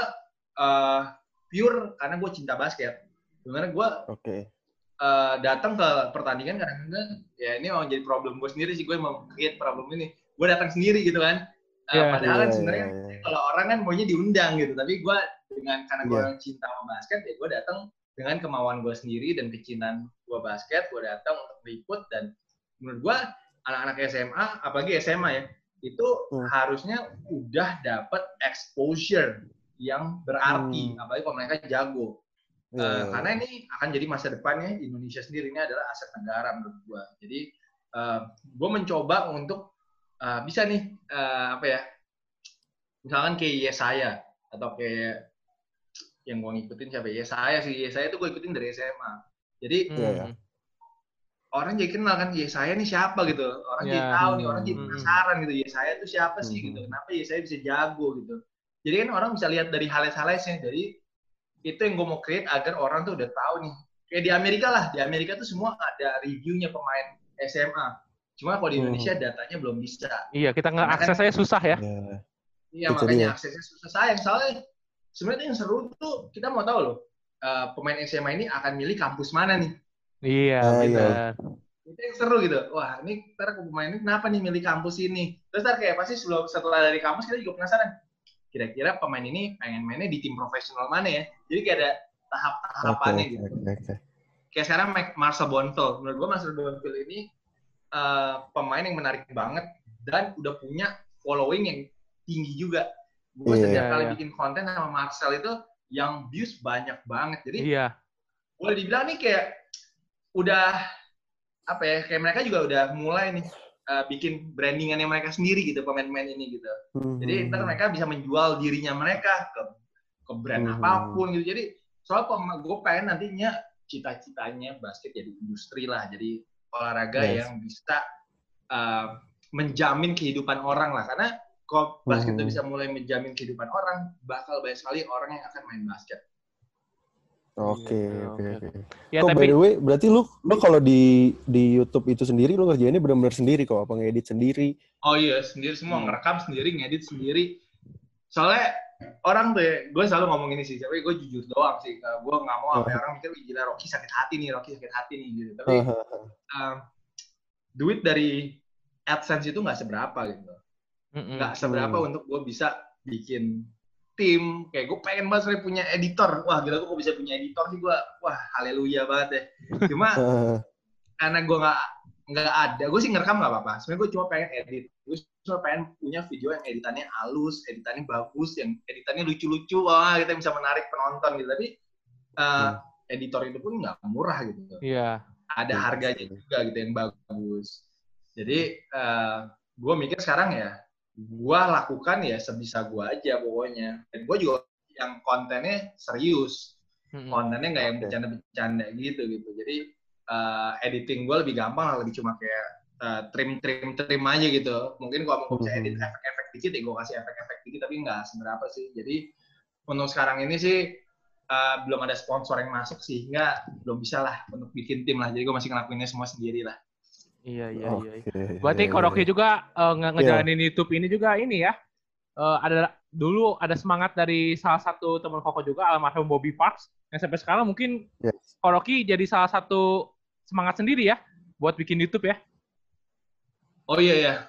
pure karena gue cinta basket. Sebenarnya gue datang ke pertandingan kadang-kadang ya ini mau jadi problem gue sendiri sih, gue mau create problem ini. Gue datang sendiri gitu kan. Padahal kan sebenarnya kalau orang kan maunya diundang gitu, tapi gue karena gue orang cinta sama basket, ya gue datang dengan kemauan gue sendiri dan kecintaan gue basket, gue datang untuk meliput. Dan menurut gue anak-anak SMA, apalagi SMA ya, itu harusnya udah dapat exposure yang berarti, apalagi kalau mereka jago. Karena ini akan jadi masa depannya Indonesia sendiri, ini adalah aset negara menurut gue. Jadi gue mencoba untuk bisa nih misalkan kayak Yesaya atau kayak yang gue ngikutin siapa Yesaya tuh gue ikutin dari SMA. Jadi orang jadi kenal kan Yesaya nih siapa gitu, orang jadi tahu nih, orang jadi penasaran gitu Yesaya itu siapa sih gitu, kenapa Yesaya bisa jago gitu. Jadi kan orang bisa lihat dari highlight-highlightnya. Jadi itu yang gue mau create agar orang tuh udah tahu nih. Kayak di Amerika lah, di Amerika tuh semua ada reviewnya pemain SMA. Cuma kalau di Indonesia datanya belum bisa. Iya, kita nggak aksesnya susah ya. Iya, makanya aksesnya susah. Sayang, soalnya sebenarnya yang seru tuh kita mau tahu loh, pemain SMA ini akan milih kampus mana nih. Iya, benar. Itu yang seru gitu. Wah, ini ntar pemain ini kenapa nih milih kampus ini? Terus ntar kayak pasti setelah dari kampus kita juga penasaran. Kira-kira pemain ini pengen mainnya di tim profesional mana ya? Jadi kayak ada tahap-tahapannya gitu. Kayak sekarang Marcel Bonville. Menurut gue Marcel Bonville ini pemain yang menarik banget dan udah punya following yang tinggi juga. Gue setiap kali bikin konten sama Marcel itu yang views banyak banget. Jadi boleh dibilang nih kayak udah kayak mereka juga udah mulai nih bikin brandingannya mereka sendiri gitu, pemain-pemain ini gitu. Jadi ntar mereka bisa menjual dirinya mereka ke brand apapun gitu. Jadi soalnya gue pengen nantinya cita-citanya basket jadi industri lah, jadi olahraga yang bisa menjamin kehidupan orang lah. Karena kalau basket itu bisa mulai menjamin kehidupan orang, bakal banyak sekali orang yang akan main basket. Oke. Ya, kok by the way, berarti lu kalau di YouTube itu sendiri, lu ngerjainnya benar-benar sendiri kok? Apa ngedit sendiri? Oh iya, sendiri semua. Ngerekam sendiri, ngedit sendiri. Soalnya orang tuh ya, gue selalu ngomong ini sih, tapi gue jujur doang sih. Gue nggak mau sampai orang mikir, gila Rocky sakit hati nih gitu. Tapi duit dari AdSense itu nggak seberapa gitu. Nggak seberapa untuk gue bisa bikin tim, kayak gue pengen banget punya editor. Wah gila, gue kok bisa punya editor sih, gue wah haleluya banget ya. Cuma karena gue nggak ada, gue sih ngerekam nggak apa-apa. Sebenarnya gue cuma pengen edit, gue cuma pengen punya video yang editannya halus, editannya bagus, yang editannya lucu-lucu, wah kita bisa menarik penonton gitu. Tapi editor itu pun nggak murah gitu. Ada harganya juga gitu yang bagus. Jadi gue mikir sekarang ya, gue lakukan ya sebisa gue aja pokoknya. Dan gue juga yang kontennya serius. Kontennya nggak yang bercanda-bercanda gitu. Jadi editing gue lebih gampang lah, lebih cuma kayak trim aja gitu. Mungkin kalau mau bisa edit efek-efek dikit ya gue kasih efek-efek dikit, tapi nggak seberapa sih. Jadi untuk sekarang ini sih belum ada sponsor yang masuk sehingga belum bisa lah untuk bikin tim lah. Jadi gue masih ngelakuinnya semua sendiri lah. Iya. Berarti Rocky juga ngejalanin YouTube ini juga ini ya. Dulu ada semangat dari salah satu teman Koko juga, almarhum Bobby Parks, yang sampai sekarang mungkin Rocky jadi salah satu semangat sendiri ya buat bikin YouTube ya. Oh iya.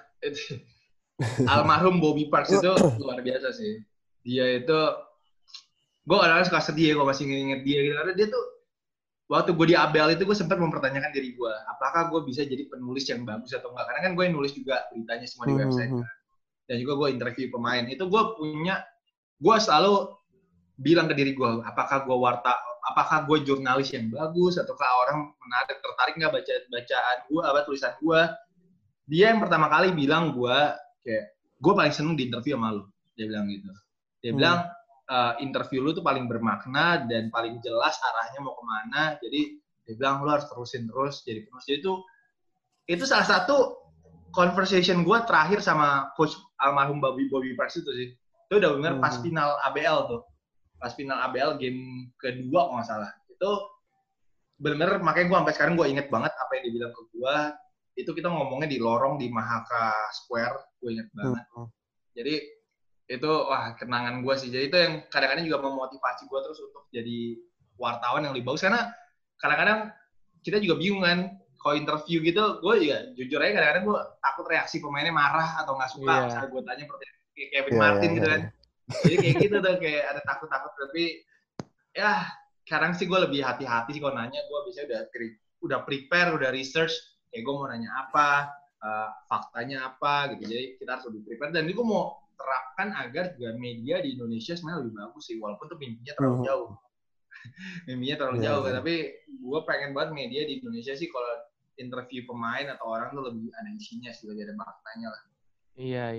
Almarhum Bobby Parks itu luar biasa sih. Dia itu, gue kadang-kadang suka sedih ya kalau masih nginget dia gitu. Karena dia tuh waktu gue di ABL itu gue sempat mempertanyakan diri gue, apakah gue bisa jadi penulis yang bagus atau enggak? Karena kan gue nulis juga beritanya semua di website kan. Dan juga gue interview pemain. Itu gue selalu bilang ke diri gue, apakah gue jurnalis yang bagus, ataukah orang tertarik nggak bacaan gue, tulisan gue. Dia yang pertama kali bilang gue paling seneng di interview sama lu. Dia bilang gitu. Dia bilang, interview lu tuh paling bermakna dan paling jelas arahnya mau kemana. Jadi dia bilang lu harus terusin terus jadi penulis. Jadi itu salah satu conversation gue terakhir sama coach almarhum Bobby Parks itu sih. Itu udah bener pas final ABL tuh. Pas final ABL game kedua kalau nggak salah. Itu bener makanya gue sampai sekarang gue inget banget apa yang dia bilang ke gue. Itu kita ngomongnya di lorong di Mahaka Square. Gue inget banget. Jadi itu wah kenangan gue sih. Jadi itu yang kadang-kadang juga memotivasi gue terus untuk jadi wartawan yang lebih bagus, karena kadang-kadang kita juga bingung kan kalau interview gitu. Gue juga jujur aja kadang-kadang gue takut reaksi pemainnya marah atau nggak suka. Misalnya gue tanya kayak Kevin Martin gitu kan. Jadi kayak gitu tuh, kayak ada takut-takut. Tapi ya sekarang sih gue lebih hati-hati sih kalau nanya. Gue biasanya udah prepare, udah research kayak gue mau nanya apa, faktanya apa gitu. Jadi kita harus lebih prepare. Dan ini gue mau terapkan agar juga media di Indonesia sebenarnya lebih bagus sih, walaupun tuh mimpinya terlalu jauh. meme-nya terlalu jauh kan. Tapi gue pengen banget media di Indonesia sih kalau interview pemain atau orang tuh lebih ada isinya sih, lebih ada maknanya lah. Iya.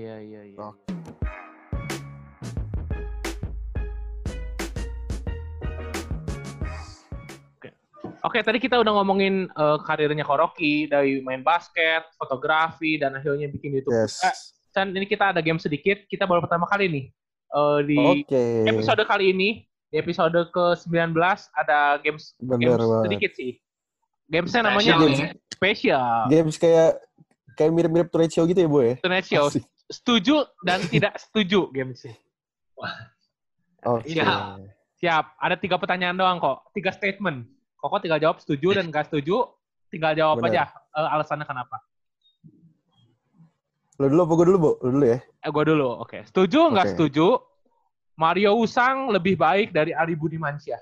Oke, tadi kita udah ngomongin karirnya Ko Rocky dari main basket, fotografi, dan akhirnya bikin YouTube. Dan ini kita ada game sedikit. Kita baru pertama kali nih di episode kali ini, di episode ke-19 ada games sedikit sih. Gamesnya namanya spesial. Games kayak mirip-mirip Tonight Show gitu ya, Boy? Tonight Show. Setuju dan tidak setuju gamesnya. Siap. Ada 3 pertanyaan doang kok. 3 statement. Koko tinggal jawab setuju dan nggak setuju. Tinggal jawab aja alasannya kenapa. Lo dulu apa gue dulu, Bo? Lo dulu ya? Gue dulu, oke. Setuju nggak setuju? Mario Usang lebih baik dari Ali Budimansyah.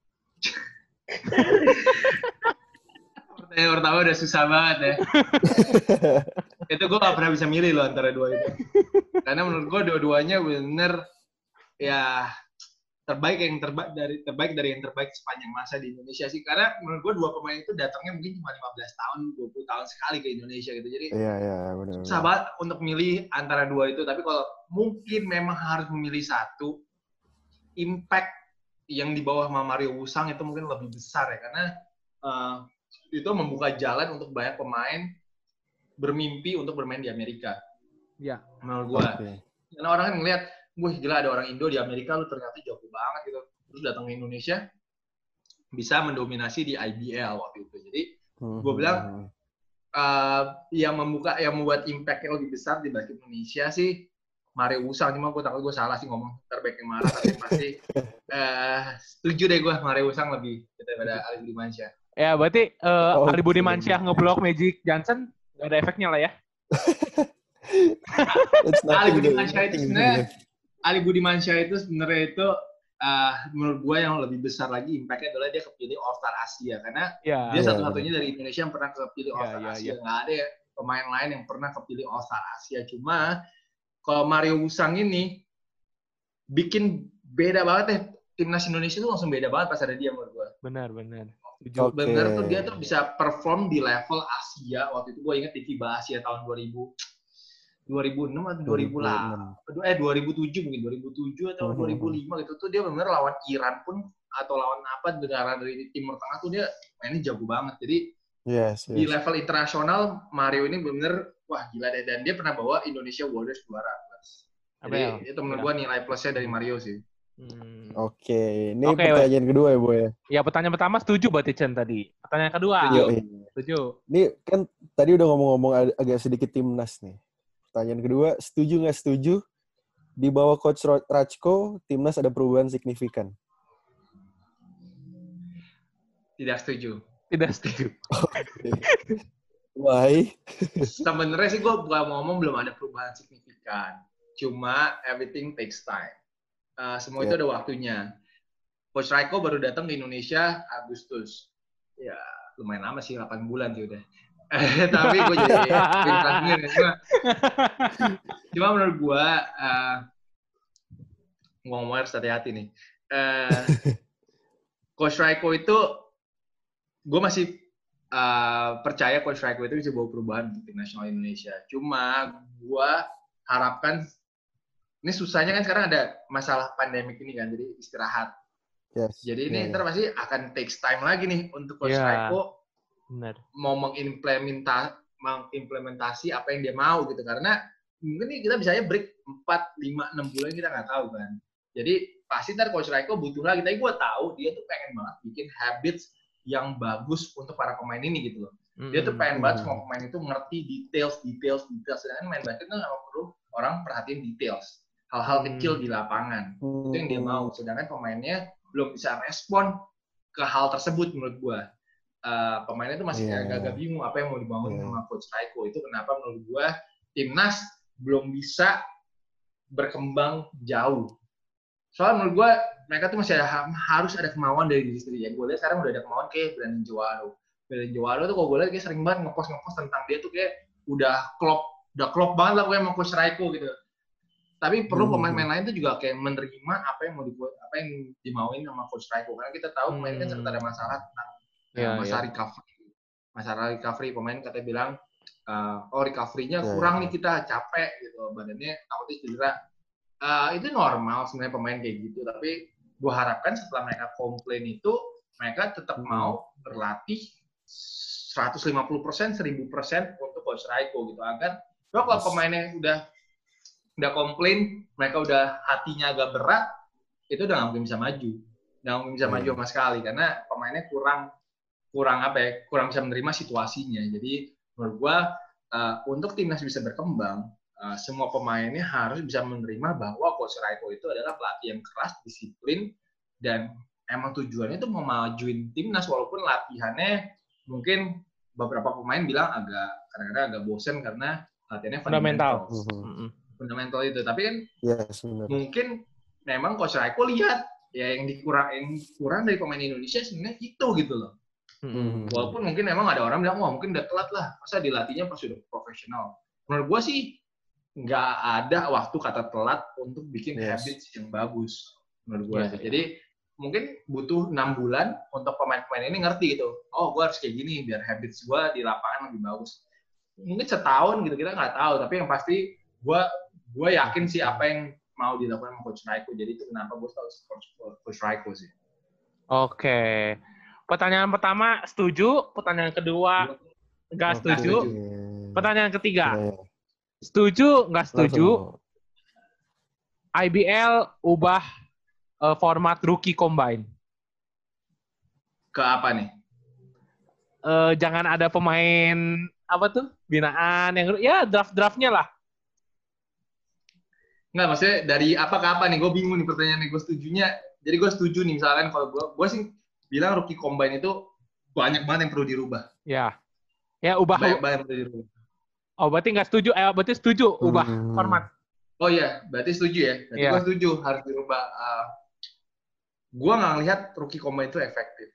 Pertanyaan pertama udah susah banget ya. Itu gue gak pernah bisa milih loh antara dua itu. Karena menurut gue dua-duanya bener ya terbaik dari yang terbaik sepanjang masa di Indonesia sih. Karena menurut gue dua pemain itu datangnya mungkin cuma 15 tahun, 20 tahun sekali ke Indonesia gitu. Jadi bener. susah banget untuk milih antara dua itu. Tapi kalau mungkin memang harus memilih satu, impact yang di bawah Mario Usang itu mungkin lebih besar ya. Karena itu membuka jalan untuk banyak pemain bermimpi untuk bermain di Amerika. Iya. Menurut gue. Karena orang kan ngeliat, wah gila ada orang Indo di Amerika, lu ternyata jago banget gitu. Terus datang ke Indonesia, bisa mendominasi di IBL waktu itu. Jadi, gue bilang, yang membuat impact yang lebih besar di basket Indonesia sih, Mario Usang. Cuma gue takut gue salah sih ngomong, terbaik yang marah, tapi pasti setuju deh gue, Mario Usang lebih daripada Ali Budimansyah. Ya, berarti Ali Budimansyah ngeblok Magic Johnson, nggak ada efeknya lah ya? Ali Budimansyah itu sebenarnya itu menurut gue yang lebih besar lagi impact-nya adalah dia kepilih All-Star Asia. Karena dia satu-satunya dari Indonesia yang pernah kepilih All-Star Asia. Nggak ada pemain lain yang pernah kepilih All-Star Asia. Cuma kalau Mario Usang ini bikin beda banget deh. Timnas Indonesia itu langsung beda banget pas ada dia menurut gue. Benar. Benar tuh dia tuh bisa perform di level Asia. Waktu itu gue ingat di FIBA Asia tahun 2006 atau 2007 mungkin 2007 atau 2005 gitu tuh dia benar lawan Iran pun atau lawan apa negara dari Timur Tengah tuh dia mainnya jago banget. Jadi di level internasional Mario ini benar wah gila deh, dan dia pernah bawa Indonesia Warriors juara. Jadi itu menurut gua nilai plusnya dari Mario sih. Ini pertanyaan kedua ya, Boy. Ya, pertanyaan pertama setuju berarti Chen tadi. Pertanyaan kedua. Setuju. Ini kan tadi udah ngomong-ngomong agak sedikit timnas nih. Pertanyaan kedua, setuju nggak setuju di bawah Coach Rajko, timnas ada perubahan signifikan? Tidak setuju. Why? Sebenarnya sih gue bukan ngomong belum ada perubahan signifikan. Cuma everything takes time. Semua itu ada waktunya. Coach Rajko baru datang ke Indonesia Agustus. Ya, lumayan lama sih, 8 bulan sih udah. Tapi gue jadi cuma menurut gue ngomong harus hati-hati nih. Coach Rajko itu gue masih percaya Coach Rajko itu bisa bawa perubahan untuk tim nasional Indonesia. Cuma gue harapkan ini susahnya kan sekarang ada masalah pandemik ini kan, jadi istirahat. Jadi ini ntar pasti akan takes time lagi nih untuk Coach Rajko mau mengimplementasi apa yang dia mau gitu, karena mungkin nih kita bisa break 4, 5, 6 bulan kita nggak tahu kan. Jadi pasti ntar Coach Rajko butuh lagi, tapi gue tahu dia tuh pengen banget bikin habits yang bagus untuk para pemain ini gitu loh. Dia tuh pengen banget semua pemain itu ngerti details. Sedangkan main basket kan nggak perlu orang perhatiin details, hal-hal kecil di lapangan. Itu yang dia mau. Sedangkan pemainnya belum bisa respon ke hal tersebut menurut gue. Pemainnya itu masih agak bingung apa yang mau dibangun sama Coach Rajko. Itu kenapa menurut gue timnas belum bisa berkembang jauh. Soalnya menurut gue mereka tuh masih harus ada kemauan dari diri sendiri. Ya gue lihat sekarang udah ada kemauan kayak Brandon Jawaro. Brandon Jawaro tuh kalau gue lihat kayak sering banget ngepost tentang dia tuh kayak udah klop banget lah pokoknya sama Coach Rajko gitu. Tapi perlu pemain-pemain lain tuh juga kayak menerima apa yang dimauin sama Coach Raiko. Karena kita tahu pemain kan sempat ada masalah tentang masalah recovery. Pemain katanya bilang, recovery-nya kurang nih, kita capek gitu, badannya takutnya cedera. Itu normal sebenarnya pemain kayak gitu. Tapi gue harapkan setelah mereka komplain itu, mereka tetap mau berlatih 150%, 1000% untuk Coach Raiko gitu. Agar kalau pemainnya udah komplain, mereka udah hatinya agak berat, itu udah nggak mungkin bisa maju. Nggak mungkin bisa maju sama sekali, karena pemainnya kurang bisa menerima situasinya. Jadi menurut gua untuk timnas bisa berkembang, semua pemainnya harus bisa menerima bahwa Coach Raiko itu adalah pelatih yang keras, disiplin, dan emang tujuannya itu mau majuin timnas, walaupun latihannya mungkin beberapa pemain bilang kadang-kadang agak bosen karena latihannya fundamental itu. Tapi kan mungkin memang Coach Raiko lihat ya yang kurang dari pemain Indonesia sebenarnya itu gitu loh. Walaupun mungkin memang ada orang bilang, wah mungkin udah telat lah, masa dilatihnya pas udah profesional. Menurut gue sih nggak ada waktu kata telat untuk bikin habits yang bagus menurut gue. Jadi mungkin butuh 6 bulan untuk pemain-pemain ini ngerti gitu. Oh, gue harus kayak gini biar habits gue di lapangan lebih bagus. Mungkin setahun gitu, kita nggak tahu. Tapi yang pasti gue yakin sih apa yang mau dilakukan sama Coach Raiko. Jadi itu kenapa gue tahu Coach Raiko sih. Oke. Pertanyaan pertama setuju. Pertanyaan kedua nggak setuju. Pertanyaan ketiga setuju nggak setuju. IBL ubah format rookie combine. Ke apa nih? Jangan ada pemain binaan yang draftnya lah. Nggak, maksudnya dari apa ke apa nih? Gue bingung nih pertanyaannya. Gue setujunya. Jadi gue setuju nih, misalkan kalau gue sih bilang rookie combine itu banyak banget yang perlu dirubah. Ya ubah. Banyak banget yang perlu dirubah. Oh, berarti nggak setuju? Berarti setuju ubah format. Oh iya, berarti setuju ya. Berarti gue setuju harus dirubah. Gue nggak ngelihat rookie combine itu efektif.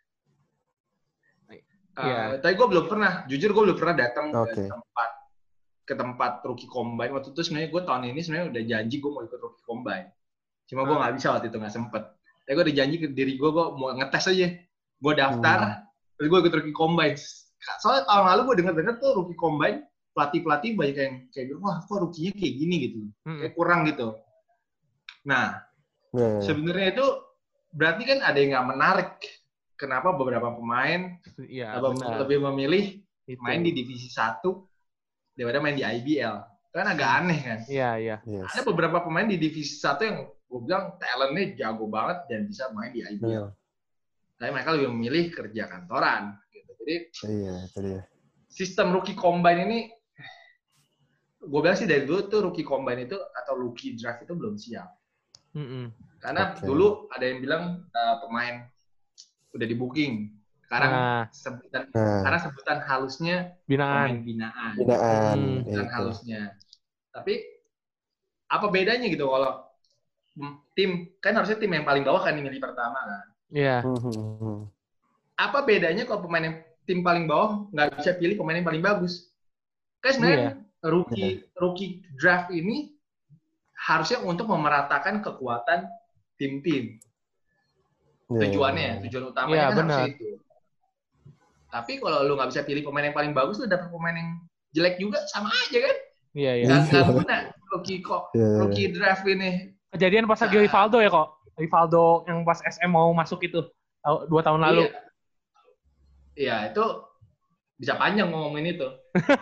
Tapi gue belum pernah, jujur gue belum pernah datang ke tempat rookie combine. Waktu itu sebenarnya gue tahun ini sebenarnya udah janji gue mau ikut rookie combine. Cuma gue nggak bisa waktu itu, nggak sempet. Tapi gue udah janji ke diri gue mau ngetes aja. Gue daftar, terus gue ikut rookie combine. Soalnya tahun lalu gue dengar tuh rookie combine, pelatih banyak yang kayak bilang, wah kok rookie-nya kayak gini gitu. Kayak kurang gitu. Nah, sebenarnya itu berarti kan ada yang nggak menarik. Kenapa beberapa pemain lebih memilih main di divisi 1 daripada main di IBL. Kan agak aneh kan? Iya. Ada beberapa pemain di divisi 1 yang gue bilang talentnya jago banget dan bisa main di IBL. Tapi mereka lebih memilih kerja kantoran. Gitu. Jadi sistem rookie combine ini, gue bilang sih dari dulu tuh rookie combine itu atau rookie draft itu belum siap. Karena dulu ada yang bilang pemain udah di booking. Sekarang sebutan halusnya pemain binaan. Bukan halusnya. Tapi apa bedanya gitu kalau tim, kan harusnya tim yang paling bawah kan yang milih pertama kan? Iya. Apa bedanya kalau pemain yang tim paling bawah nggak bisa pilih pemain yang paling bagus? Kan sebenarnya rookie draft ini harusnya untuk memeratakan kekuatan tim-tim. Tujuan utamanya kan harusnya itu. Tapi kalau lu nggak bisa pilih pemain yang paling bagus, lu dapet pemain yang jelek juga, sama aja kan? Iya. Nggak guna rookie draft ini. Kejadian pas lagi Rivaldo ya kok. Rivaldo yang pas SM mau masuk itu 2 tahun lalu. Iya, itu bisa panjang ngomongin itu.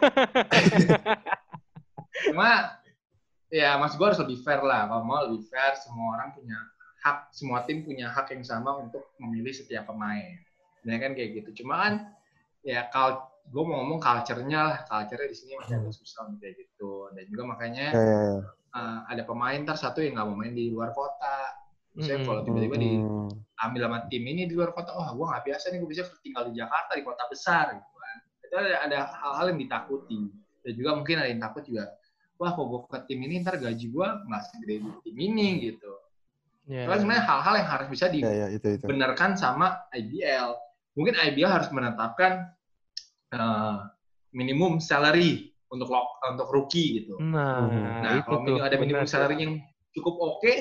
Cuma ya mas gue harus lebih fair lah. Kalau mau lebih fair, semua orang punya hak, semua tim punya hak yang sama untuk memilih setiap pemain. Sebenarnya kan kayak gitu. Cuma kan ya gue mau ngomong culture-nya lah. Culture-nya di sini masih agak susah kayak gitu. Dan juga makanya ada pemain satu yang nggak mau main di luar kota. Misalnya kalau tiba-tiba diambil sama tim ini di luar kota, gue nggak biasa nih, gue bisa tinggal di Jakarta, di kota besar gitu kan. Itu ada hal-hal yang ditakuti. Dan juga mungkin ada yang takut juga, wah kalau gue ke tim ini ntar gaji gue nggak segede di tim ini gitu. Karena sebenarnya hal-hal yang harus bisa dibenarkan sama IBL. Mungkin IBL harus menetapkan minimum salary untuk rookie gitu. Nah kalau ada minimum salary yang cukup oke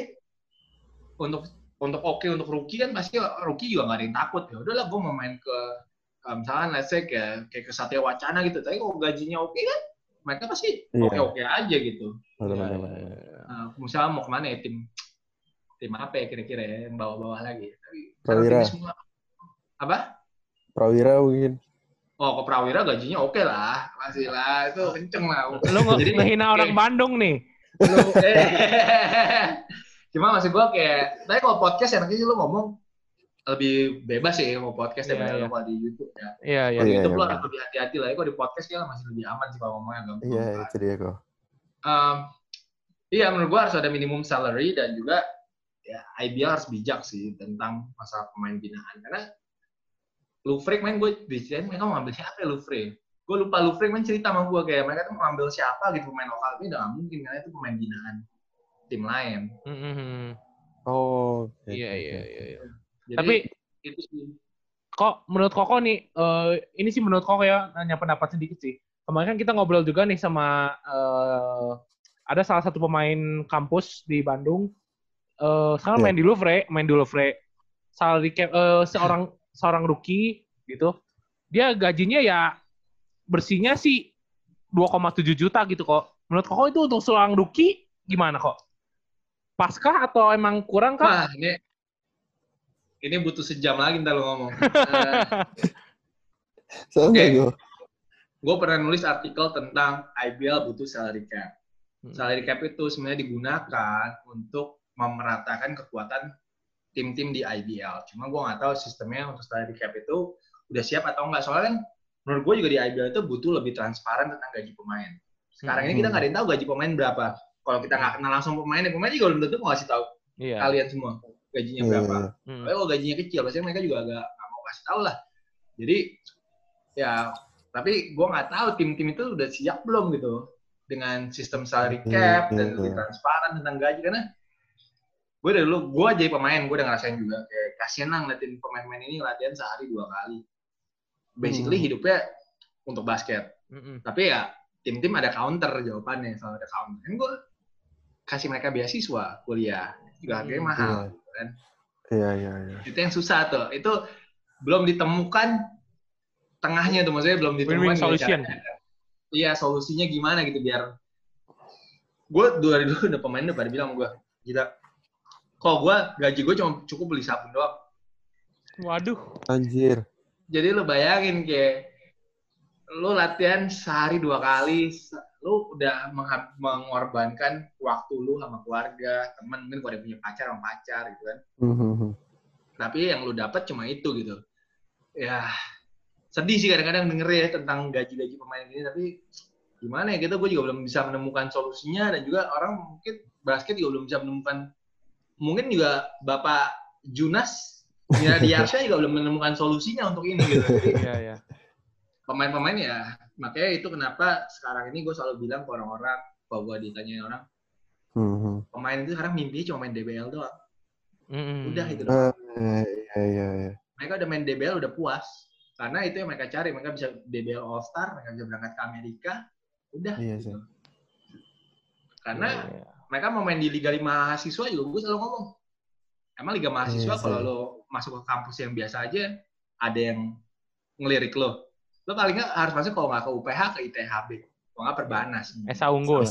untuk rookie kan pasti rookie juga nggak ada yang takut ya. Udahlah gue mau main ke misalkan let's say kayak ke Satya Wacana gitu. Tapi kalau gajinya oke kan, mereka pasti oke aja gitu. Misalnya mau kemana ya tim apa ya kira-kira ya yang bawah-bawah lagi. Tapi Prawira. Semua apa? Prawira mungkin. Oh, ke Prawira gajinya oke lah, masih lah itu kenceng lah. Lu ngehina orang Bandung nih. Lu cuma maksud gue kayak, tapi kalau podcast ya nanti lu ngomong lebih bebas sih mau podcast daripada kalau di YouTube ya. Iya. Di YouTube lu harus lebih hati-hati lah. Kalau di podcast ya masih lebih aman sih kalau ngomongnya gampang. Iya, itu dia kok. Iya, menurut gue harus ada minimum salary dan juga ya IBL harus bijak sih tentang masalah pemain binaan. Karena Lufrik main gue diceritain mereka mau ngambil siapa ya Lufrik. Gue lupa Lufrik main cerita sama gue kayak mereka tuh mau ngambil siapa gitu pemain lokal. Ini udah gak mungkin karena itu pemain binaan tim lain. Oh. Iya. Jadi, tapi itu sih. Kok menurut Koko nih, ini sih menurut Koko ya, nanya pendapat sedikit sih. Kemarin kan kita ngobrol juga nih sama ada salah satu pemain kampus di Bandung. Sekarang main di Louvre. Salary cap seorang rookie gitu. Dia gajinya ya bersihnya sih 2,7 juta gitu kok. Menurut Koko itu untuk seorang rookie gimana kok? Paskah atau emang kurang kah? Nah, ini butuh sejam lagi ntar lo ngomong. Gue pernah nulis artikel tentang IBL butuh salary cap. Salary cap itu sebenarnya digunakan untuk memeratakan kekuatan tim-tim di IBL. Cuma gue nggak tahu sistemnya untuk salary cap itu udah siap atau nggak. Soalnya kan menurut gue juga di IBL itu butuh lebih transparan tentang gaji pemain. Sekarang ini kita nggak ada yang tahu gaji pemain berapa. Kalau kita nggak kenal langsung pemain juga belum tentu mau kasih tahu kalian semua gajinya berapa. Tapi kalau gajinya kecil, pasti mereka juga agak nggak mau kasih tahu lah. Jadi ya, tapi gue nggak tahu tim-tim itu udah siap belum gitu dengan sistem salary cap dan lebih transparan tentang gaji. Karena gue dari dulu, gue jadi pemain, gue udah ngerasain juga kayak kasian lah ngeliatin pemain-pemain ini latihan sehari 2 kali. Basically hidupnya untuk basket. Tapi ya tim-tim ada counter jawabannya, selalu ada counter. Kan gue kasih mereka beasiswa kuliah juga harganya mahal, kan? Iya. Itu yang susah tuh. Itu belum ditemukan tengahnya tuh, maksudnya belum ditemukan solution. Iya, solusinya gimana gitu biar gue dari dulu udah pemain udah pada bilang gue, gila. Kalau gue gaji gue cuma cukup beli sabun doang. Waduh. Anjir. Jadi lu bayangin kayak lu latihan sehari 2 kali, lu udah mengorbankan waktu lu sama keluarga, teman, mungkin kalau ada punya pacar sama pacar gitu kan. Tapi yang lu dapat cuma itu gitu. Ya, sedih sih kadang-kadang denger ya tentang gaji-gaji pemain ini, tapi gimana ya, gue juga belum bisa menemukan solusinya, dan juga orang mungkin basket juga belum bisa menemukan, mungkin juga Bapak Junas Miradiarsya juga belum menemukan solusinya untuk ini gitu. Jadi, pemain-pemain ya, makanya itu kenapa sekarang ini gue selalu bilang ke orang-orang, kalau gue ditanyain orang, pemain itu sekarang mimpinya cuma main DBL doang. Udah itu doang. Iya. Mereka udah main DBL udah puas, karena itu yang mereka cari. Mereka bisa DBL All Star, mereka bisa berangkat ke Amerika, udah. Iya, gitu. Karena mereka mau main di Liga 5 mahasiswa juga, gue selalu ngomong, emang Liga mahasiswa kalau lo masuk ke kampus yang biasa aja, ada yang ngelirik lo paling nggak harus masuk kalau nggak ke UPH, ke ITHB, kalau nggak Perbanas. Esa Unggul.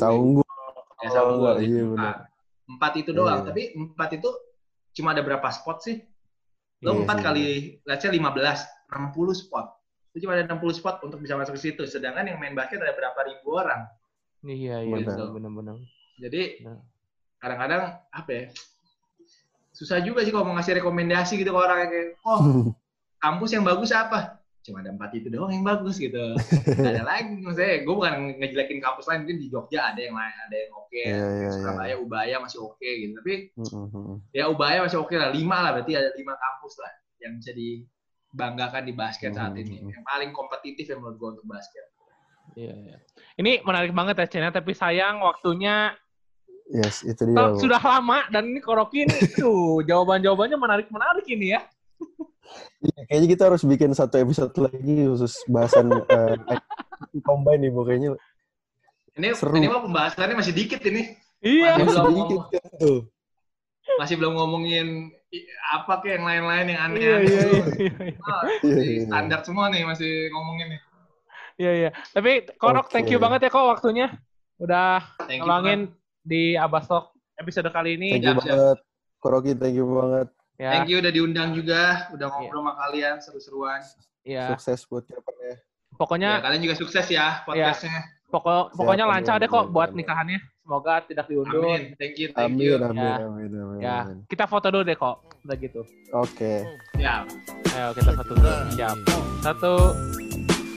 Iya, 4 itu doang. Tapi 4 itu cuma ada berapa spot sih? Lo 4 kali, let's say 15, 60 spot. Itu cuma ada 60 spot untuk bisa masuk ke situ. Sedangkan yang main basket ada berapa ribu orang. Iya, gitu. Benar-benar. Jadi kadang-kadang apa ya? Susah juga sih kalau mau ngasih rekomendasi gitu ke orang kayak, kampus yang bagus apa? Cuma ada 4 itu doang yang bagus gitu. Nggak ada lagi, maksudnya gue bukan ngejelekin kampus lain, mungkin di Jogja ada yang lain, ada yang oke. Surabaya, Ubaya masih oke gitu. Tapi ya Ubaya masih oke lah, 5 lah, berarti ada 5 kampus lah yang bisa dibanggakan di basket saat ini. Yang paling kompetitif yang menurut gue untuk basket. Iya. Ini menarik banget ya, Cena, tapi sayang waktunya itu dia. Sudah lama, dan ini Koroki ini tuh jawaban-jawabannya menarik ini ya. Kayaknya kita harus bikin 1 episode lagi khusus bahasan combine nih pokoknya. Ini mah pembahasannya masih dikit ini. Iya. Masih belum ngomongin apa kayak yang lain-lain yang aneh. Iya. Standar semua nih masih ngomongin nih. Iya. Tapi Korok, thank you banget ya kok waktunya. Udah nolongin di Abastalk episode kali ini. Thank you banget. Koroki, thank you banget. Ya. Thank you udah diundang juga, udah ngobrol sama kalian seru-seruan. Iya. Sukses buat kedepannya. Pokoknya kalian juga sukses ya podcastnya. Pokoknya lancar deh kok buat nikahannya. Semoga tidak diundur. Amin. Thank you. Amin. Ya, kita foto dulu deh kok. Udah gitu. Oke. Siap. Ayo kita foto dulu. Siap. 1,